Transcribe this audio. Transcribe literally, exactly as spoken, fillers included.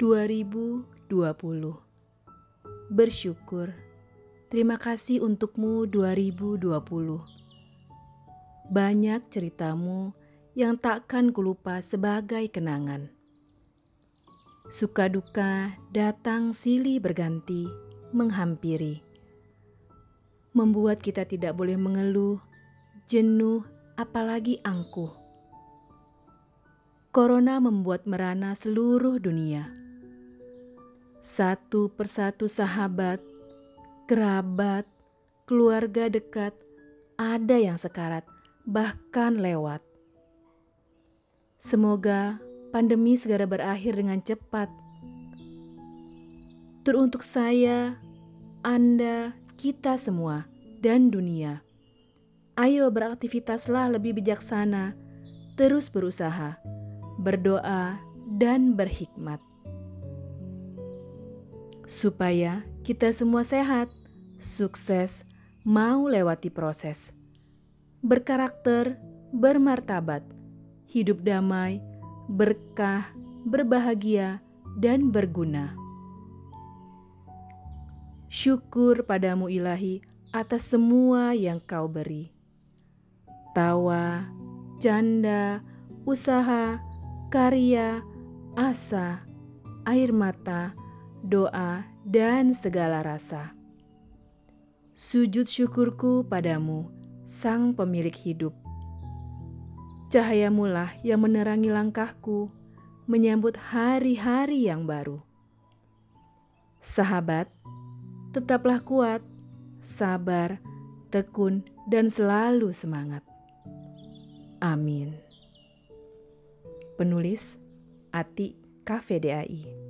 dua ribu dua puluh. Bersyukur. Terima kasih untukmu dua ribu dua puluh. Banyak ceritamu yang takkan kulupa sebagai kenangan. Suka duka datang silih berganti, menghampiri. Membuat kita tidak boleh mengeluh, jenuh, apalagi angkuh. Corona membuat merana seluruh dunia. Satu persatu sahabat, kerabat, keluarga dekat, ada yang sekarat, bahkan lewat. Semoga pandemi segera berakhir dengan cepat. Teruntuk saya, Anda, kita semua, dan dunia. Ayo beraktivitaslah lebih bijaksana, terus berusaha, berdoa, dan berhikmat. Supaya kita semua sehat, sukses, mau lewati proses. Berkarakter, bermartabat, hidup damai, berkah, berbahagia, dan berguna. Syukur padamu Ilahi atas semua yang Kau beri. Tawa, canda, usaha, karya, asa, air mata, doa, dan segala rasa. Sujud syukurku padamu, Sang Pemilik hidup. Cahayamulah yang menerangi langkahku, menyambut hari-hari yang baru. Sahabat, tetaplah kuat, sabar, tekun, dan selalu semangat. Amin. Penulis Ati K V D A I.